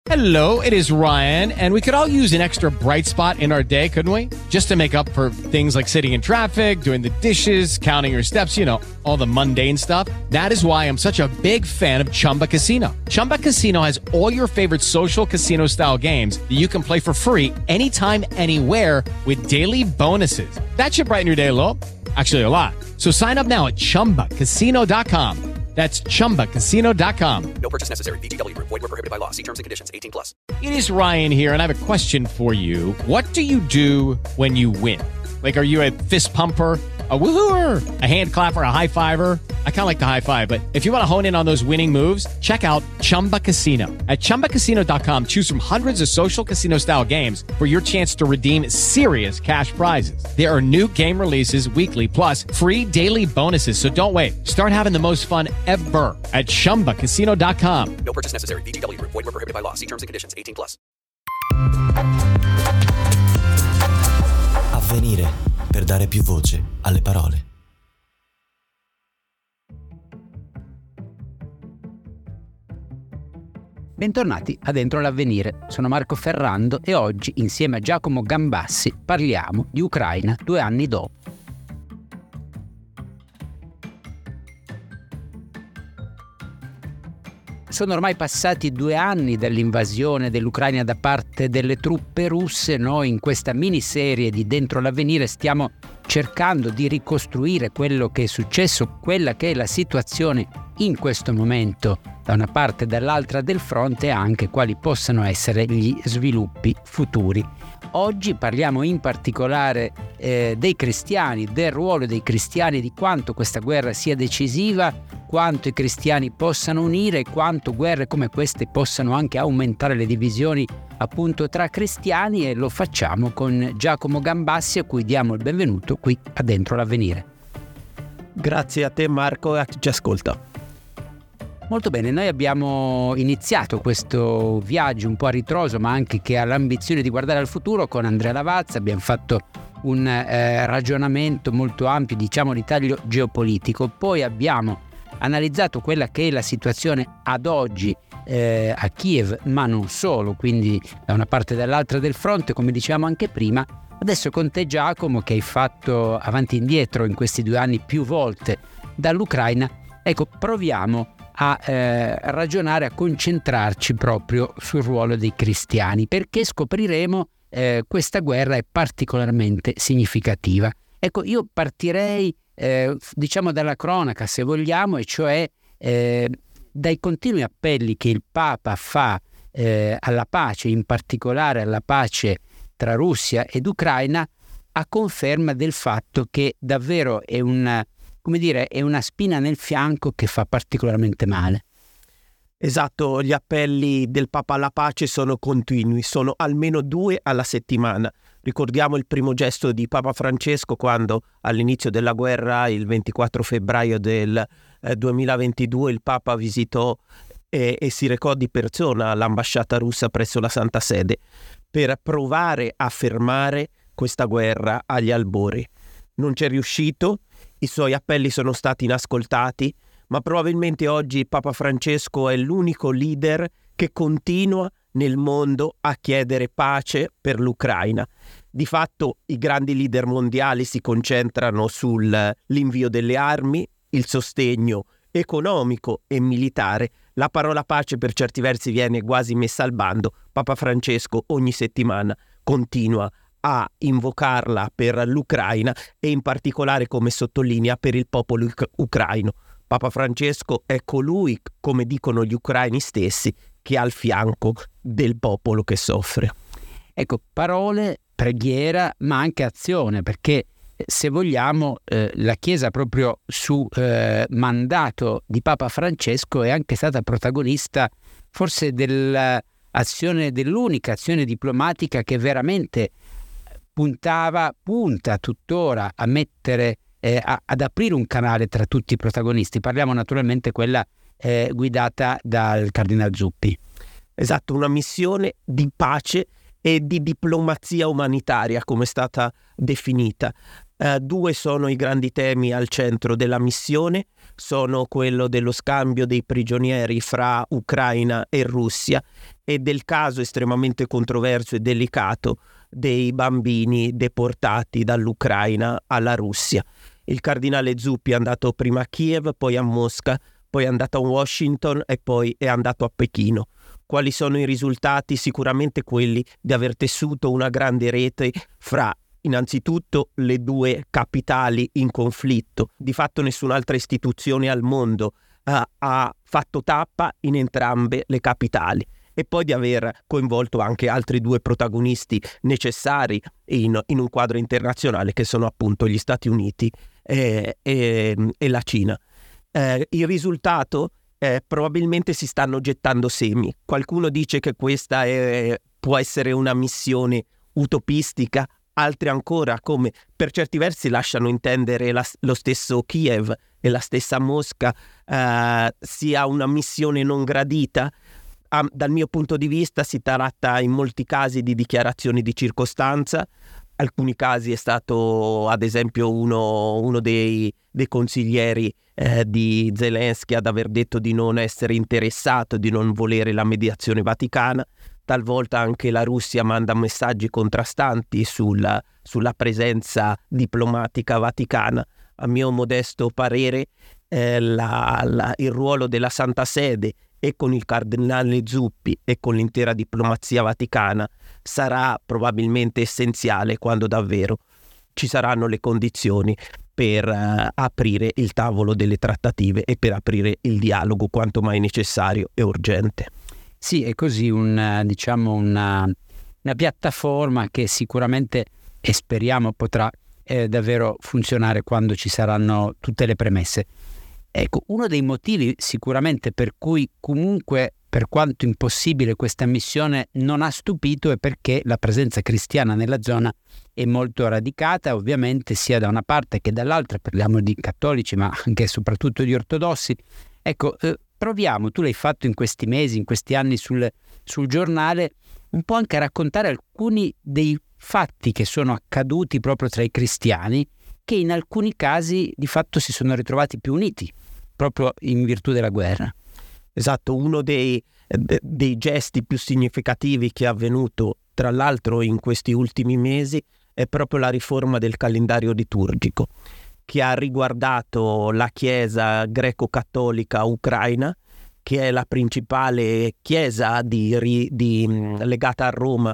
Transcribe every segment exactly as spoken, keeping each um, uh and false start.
Hello, it is Ryan, and we could all use an extra bright spot in our day, couldn't we? Just to make up for things like sitting in traffic, doing the dishes, counting your steps, you know, all the mundane stuff. That is why I'm such a big fan of Chumba Casino. Chumba Casino has all your favorite social casino-style games that you can play for free anytime, anywhere with daily bonuses. That should brighten your day a little. Actually, a lot. So sign up now at chumba casino dot com. That's chumba casino dot com. No purchase necessary. V G W Group. Void where prohibited by law. See terms and conditions. eighteen plus. It is Ryan here, and I have a question for you. What do you do when you win? Like, are you a fist pumper, a woohooer, a hand clapper, a high fiver? I kind of like the high five, but if you want to hone in on those winning moves, check out Chumba Casino. At chumba casino dot com, choose from hundreds of social casino-style games for your chance to redeem serious cash prizes. There are new game releases weekly, plus free daily bonuses, so don't wait. Start having the most fun ever at chumba casino dot com. No purchase necessary. V G W Group. Void where prohibited by law. See terms and conditions. eighteen plus. Avvenire, per dare più voce alle parole. Bentornati a Dentro l'Avvenire, sono Marco Ferrando e oggi insieme a Giacomo Gambassi parliamo di Ucraina due anni dopo. Sono ormai passati due anni dall'invasione dell'Ucraina da parte delle truppe russe. Noi in questa miniserie di Dentro l'Avvenire stiamo cercando di ricostruire quello che è successo, quella che è la situazione in questo momento da una parte e dall'altra del fronte, e anche quali possano essere gli sviluppi futuri. Oggi parliamo in particolare eh, dei cristiani, del ruolo dei cristiani, di quanto questa guerra sia decisiva, quanto i cristiani possano unire e quanto guerre come queste possano anche aumentare le divisioni appunto tra cristiani, e lo facciamo con Giacomo Gambassi, a cui diamo il benvenuto qui a Dentro l'Avvenire. Grazie a te Marco e a chi ci ascolta. Molto bene, noi abbiamo iniziato questo viaggio un po' a ritroso, ma anche che ha l'ambizione di guardare al futuro, con Andrea Lavazza. Abbiamo fatto un eh, ragionamento molto ampio, diciamo di taglio geopolitico. Poi abbiamo analizzato quella che è la situazione ad oggi eh, a Kiev, ma non solo, quindi da una parte e dall'altra del fronte, come dicevamo anche prima. Adesso con te Giacomo, che hai fatto avanti e indietro in questi due anni più volte dall'Ucraina, ecco, proviamo a eh, ragionare, a concentrarci proprio sul ruolo dei cristiani, perché scopriremo eh, questa guerra è particolarmente significativa. Ecco, io partirei eh, diciamo dalla cronaca, se vogliamo, e cioè eh, dai continui appelli che il Papa fa eh, alla pace, in particolare alla pace tra Russia ed Ucraina, a conferma del fatto che davvero è una come dire, è una spina nel fianco che fa particolarmente male. Esatto, gli appelli del Papa alla pace sono continui, sono almeno due alla settimana. Ricordiamo il primo gesto di Papa Francesco quando all'inizio della guerra, il ventiquattro febbraio del eh, duemilaventidue, il Papa visitò e, e si recò di persona all'ambasciata russa presso la Santa Sede per provare a fermare questa guerra agli albori. Non c'è riuscito. I suoi appelli sono stati inascoltati, ma probabilmente oggi Papa Francesco è l'unico leader che continua nel mondo a chiedere pace per l'Ucraina. Di fatto i grandi leader mondiali si concentrano sull'invio delle armi, il sostegno economico e militare. La parola pace per certi versi viene quasi messa al bando. Papa Francesco ogni settimana continua a invocarla per l'Ucraina e in particolare, come sottolinea, per il popolo uc- ucraino. Papa Francesco è colui, come dicono gli ucraini stessi, che è al fianco del popolo che soffre. Ecco, parole, preghiera, ma anche azione, perché se vogliamo eh, la Chiesa proprio su eh, mandato di Papa Francesco è anche stata protagonista forse dell'azione, dell'unica azione diplomatica che veramente puntava, punta tuttora a mettere, eh, a, ad aprire un canale tra tutti i protagonisti. Parliamo naturalmente quella eh, guidata dal Cardinal Zuppi. Esatto, una missione di pace e di diplomazia umanitaria, come è stata definita. Uh, due sono i grandi temi al centro della missione, sono quello dello scambio dei prigionieri fra Ucraina e Russia e del caso estremamente controverso e delicato dei bambini deportati dall'Ucraina alla Russia. Il cardinale Zuppi è andato prima a Kiev, poi a Mosca, poi è andato a Washington e poi è andato a Pechino. Quali sono i risultati? Sicuramente quelli di aver tessuto una grande rete fra innanzitutto le due capitali in conflitto. Di fatto nessun'altra istituzione al mondo uh, ha fatto tappa in entrambe le capitali, e poi di aver coinvolto anche altri due protagonisti necessari in, in un quadro internazionale, che sono appunto gli Stati Uniti e, e, e la Cina. Eh, il risultato eh, probabilmente si stanno gettando semi. Qualcuno dice che questa è, può essere una missione utopistica, altri ancora, come per certi versi lasciano intendere la, lo stesso Kiev e la stessa Mosca, eh, sia una missione non gradita. Ah, dal mio punto di vista si tratta in molti casi di dichiarazioni di circostanza. Alcuni casi è stato ad esempio uno, uno dei, dei consiglieri eh, di Zelensky ad aver detto di non essere interessato, di non volere la mediazione vaticana. Talvolta anche la Russia manda messaggi contrastanti sulla, sulla presenza diplomatica vaticana. A mio modesto parere eh, la, la, il ruolo della Santa Sede, e con il cardinale Zuppi e con l'intera diplomazia vaticana, sarà probabilmente essenziale quando davvero ci saranno le condizioni per uh, aprire il tavolo delle trattative e per aprire il dialogo quanto mai necessario e urgente. Sì, è così un, diciamo una, una piattaforma che sicuramente, e speriamo, potrà eh, davvero funzionare quando ci saranno tutte le premesse. Ecco, uno dei motivi sicuramente per cui comunque, per quanto impossibile, questa missione non ha stupito è perché la presenza cristiana nella zona è molto radicata, ovviamente sia da una parte che dall'altra. Parliamo di cattolici, ma anche e soprattutto di ortodossi. Ecco, eh, proviamo, tu l'hai fatto in questi mesi, in questi anni sul, sul giornale, un po' anche a raccontare alcuni dei fatti che sono accaduti proprio tra i cristiani, che in alcuni casi di fatto si sono ritrovati più uniti proprio in virtù della guerra. Esatto, uno dei, de, dei gesti più significativi che è avvenuto tra l'altro in questi ultimi mesi è proprio la riforma del calendario liturgico, che ha riguardato la Chiesa greco-cattolica ucraina, che è la principale chiesa di, di, legata a Roma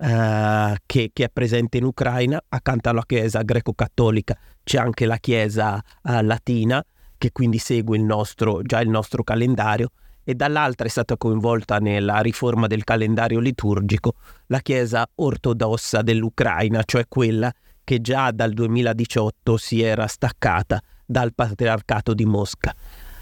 eh, che, che è presente in Ucraina. Accanto alla Chiesa greco-cattolica c'è anche la Chiesa eh, latina, che quindi segue il nostro, già il nostro calendario, e dall'altra è stata coinvolta nella riforma del calendario liturgico la Chiesa ortodossa dell'Ucraina, cioè quella che già dal duemiladiciotto si era staccata dal patriarcato di Mosca.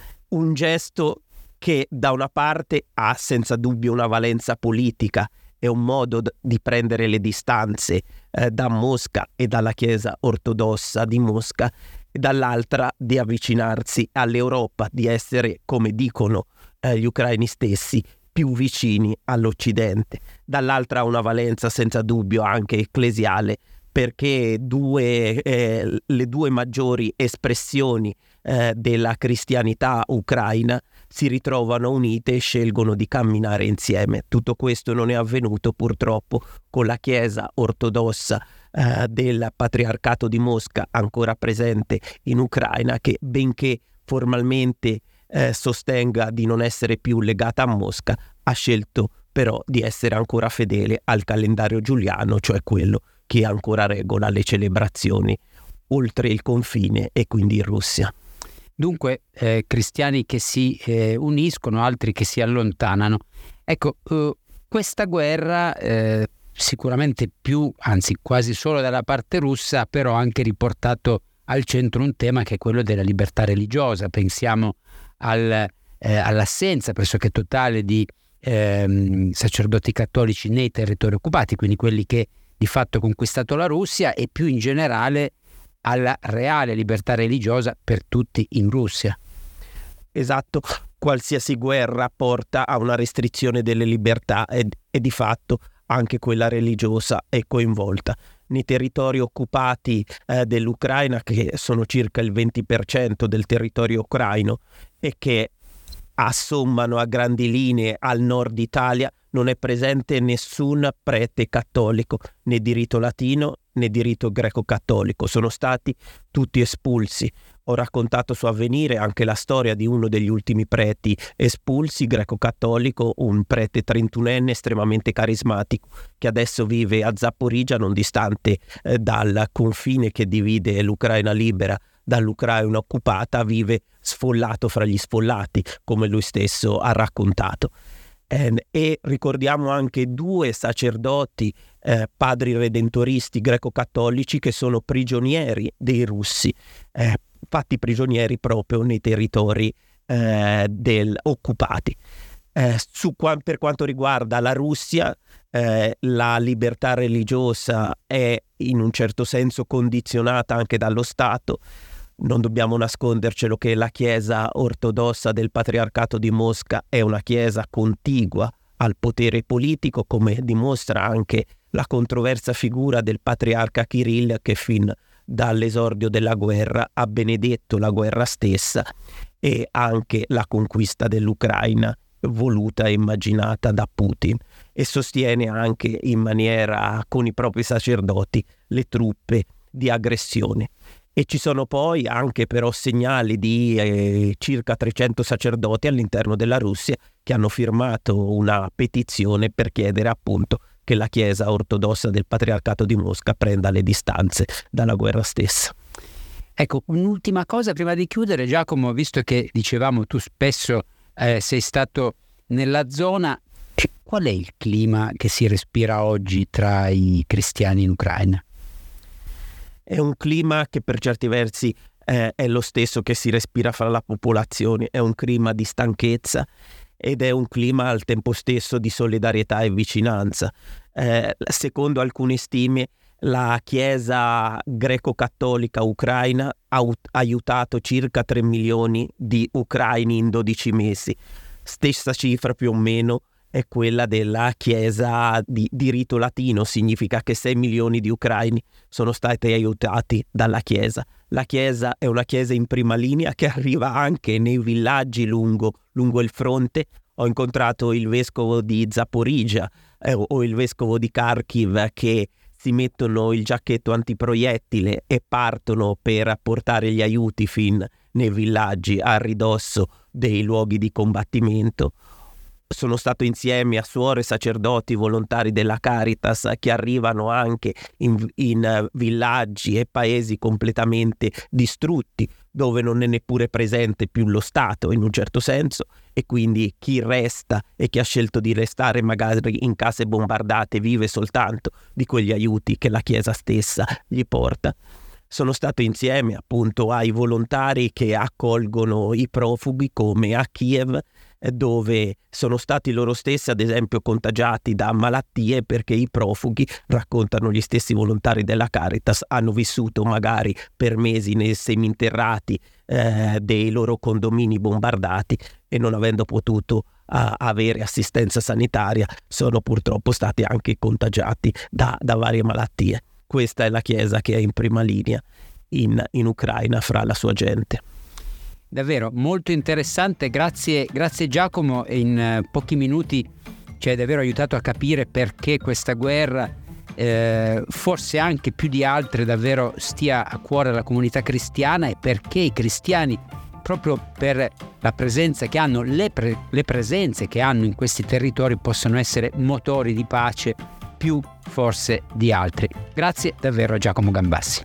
Un gesto che da una parte ha senza dubbio una valenza politica, è un modo d- di prendere le distanze eh, da Mosca e dalla Chiesa ortodossa di Mosca, e dall'altra di avvicinarsi all'Europa, di essere, come dicono eh, gli ucraini stessi, più vicini all'Occidente. Dall'altra ha una valenza senza dubbio anche ecclesiale, perché due, eh, le due maggiori espressioni eh, della cristianità ucraina si ritrovano unite e scelgono di camminare insieme. Tutto questo non è avvenuto purtroppo con la Chiesa ortodossa eh, del Patriarcato di Mosca, ancora presente in Ucraina, che benché formalmente eh, sostenga di non essere più legata a Mosca, ha scelto però di essere ancora fedele al calendario giuliano, cioè quello che ancora regola le celebrazioni oltre il confine e quindi in Russia. Dunque, eh, cristiani che si eh, uniscono, altri che si allontanano. Ecco, eh, questa guerra eh, sicuramente più, anzi quasi solo dalla parte russa, ha però anche riportato al centro un tema che è quello della libertà religiosa. Pensiamo al, eh, all'assenza pressoché totale di eh, sacerdoti cattolici nei territori occupati, quindi quelli che di fatto ha conquistato la Russia, e più in generale alla reale libertà religiosa per tutti in Russia. Esatto, qualsiasi guerra porta a una restrizione delle libertà e, e di fatto anche quella religiosa è coinvolta. Nei territori occupati eh, dell'Ucraina, che sono circa il venti per cento del territorio ucraino e che assommano a grandi linee al nord Italia, non è presente nessun prete cattolico, né di rito latino né di rito greco-cattolico, sono stati tutti espulsi. Ho raccontato su Avvenire anche la storia di uno degli ultimi preti espulsi, greco-cattolico, un prete trentunenne estremamente carismatico che adesso vive a Zaporizhzhia, non distante eh, dal confine che divide l'Ucraina libera dall'Ucraina occupata, vive sfollato fra gli sfollati, come lui stesso ha raccontato. Eh, e ricordiamo anche due sacerdoti eh, padri redentoristi greco-cattolici che sono prigionieri dei russi, eh, fatti prigionieri proprio nei territori eh, del, occupati. Eh, su, per quanto riguarda la Russia, eh, la libertà religiosa è in un certo senso condizionata anche dallo Stato. Non dobbiamo nascondercelo che la Chiesa ortodossa del Patriarcato di Mosca è una chiesa contigua al potere politico, come dimostra anche la controversa figura del patriarca Kirill, che fin dall'esordio della guerra ha benedetto la guerra stessa e anche la conquista dell'Ucraina voluta e immaginata da Putin, e sostiene anche in maniera con i propri sacerdoti le truppe di aggressione. E ci sono poi anche però segnali di eh, circa trecento sacerdoti all'interno della Russia che hanno firmato una petizione per chiedere appunto che la Chiesa ortodossa del Patriarcato di Mosca prenda le distanze dalla guerra stessa. Ecco, un'ultima cosa prima di chiudere, Giacomo, visto che dicevamo tu spesso eh, sei stato nella zona, qual è il clima che si respira oggi tra i cristiani in Ucraina? È un clima che per certi versi eh, è lo stesso che si respira fra la popolazione, è un clima di stanchezza ed è un clima al tempo stesso di solidarietà e vicinanza. Eh, secondo alcune stime, la Chiesa greco-cattolica ucraina ha ut- aiutato circa tre milioni di ucraini in dodici mesi. Stessa cifra più o meno è quella della Chiesa di, di rito latino, significa che sei milioni di ucraini sono stati aiutati dalla Chiesa. La Chiesa è una Chiesa in prima linea che arriva anche nei villaggi lungo, lungo il fronte. Ho incontrato il vescovo di Zaporizhzhia eh, o il vescovo di Kharkiv che si mettono il giacchetto antiproiettile e partono per portare gli aiuti fin nei villaggi a ridosso dei luoghi di combattimento. Sono stato insieme a suore, sacerdoti, volontari della Caritas che arrivano anche in, in villaggi e paesi completamente distrutti, dove non è neppure presente più lo Stato in un certo senso, e quindi chi resta e chi ha scelto di restare magari in case bombardate vive soltanto di quegli aiuti che la Chiesa stessa gli porta. Sono stato insieme appunto ai volontari che accolgono i profughi, come a Kiev, dove sono stati loro stessi ad esempio contagiati da malattie, perché i profughi, raccontano gli stessi volontari della Caritas, hanno vissuto magari per mesi nei seminterrati eh, dei loro condomini bombardati e non avendo potuto uh, avere assistenza sanitaria sono purtroppo stati anche contagiati da, da varie malattie. Questa è la Chiesa che è in prima linea in, in Ucraina fra la sua gente. Davvero molto interessante, grazie, grazie Giacomo, in uh, pochi minuti ci hai davvero aiutato a capire perché questa guerra, eh, forse anche più di altre, davvero stia a cuore alla comunità cristiana, e perché i cristiani, proprio per la presenza che hanno, le, pre- le presenze che hanno in questi territori, possono essere motori di pace più forse di altri. Grazie davvero a Giacomo Gambassi.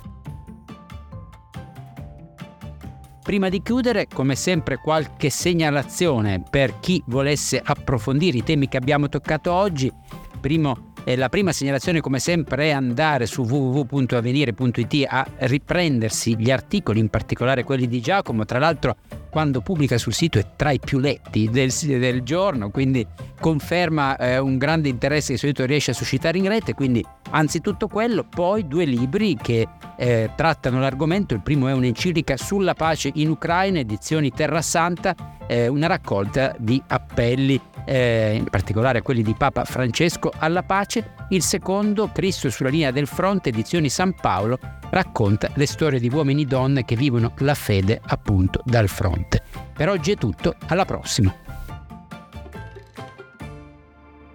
Prima di chiudere, come sempre, qualche segnalazione per chi volesse approfondire i temi che abbiamo toccato oggi. Primo, eh, la prima segnalazione, come sempre, è andare su w w w punto avvenire punto i t a riprendersi gli articoli, in particolare quelli di Giacomo. Tra l'altro, quando pubblica sul sito è tra i più letti del, del giorno, quindi conferma eh, un grande interesse che di solito riesce a suscitare in rete. Quindi anzitutto quello, poi due libri che eh, trattano l'argomento. Il primo è un'enciclica sulla pace in Ucraina, edizioni Terra Santa, eh, una raccolta di appelli, eh, in particolare quelli di Papa Francesco alla pace. Il secondo, Cristo sulla linea del fronte, edizioni San Paolo, racconta le storie di uomini e donne che vivono la fede appunto dal fronte. Per oggi è tutto, alla prossima.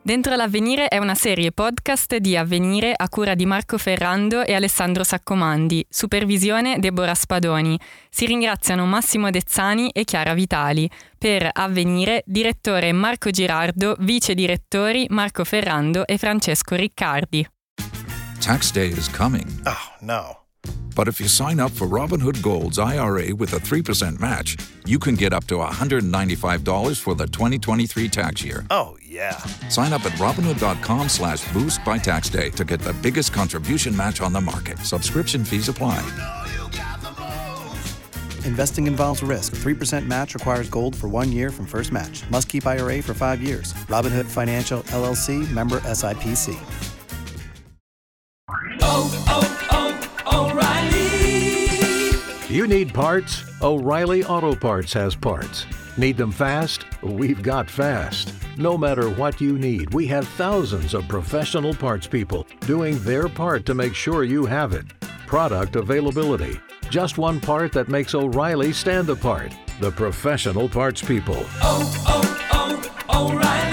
Dentro l'Avvenire è una serie podcast di Avvenire a cura di Marco Ferrando e Alessandro Saccomandi, supervisione Deborah Spadoni. Si ringraziano Massimo Dezzani e Chiara Vitali. Per Avvenire, direttore Marco Girardo, vice direttori Marco Ferrando e Francesco Riccardi. Tax day is coming. Oh, no. But if you sign up for Robinhood Gold's I R A with a three percent match, you can get up to one hundred ninety-five dollars for the twenty twenty-three tax year. Oh, yeah. Sign up at Robinhood.com slash boost by tax day to get the biggest contribution match on the market. Subscription fees apply. Investing involves risk. three percent match requires gold for one year from first match. Must keep I R A for five years. Robinhood Financial, L L C, member S I P C. Oh, oh, oh, O'Reilly. You need parts? O'Reilly Auto Parts has parts. Need them fast? We've got fast. No matter what you need, we have thousands of professional parts people doing their part to make sure you have it. Product availability. Just one part that makes O'Reilly stand apart. The professional parts people. Oh, oh, oh, O'Reilly.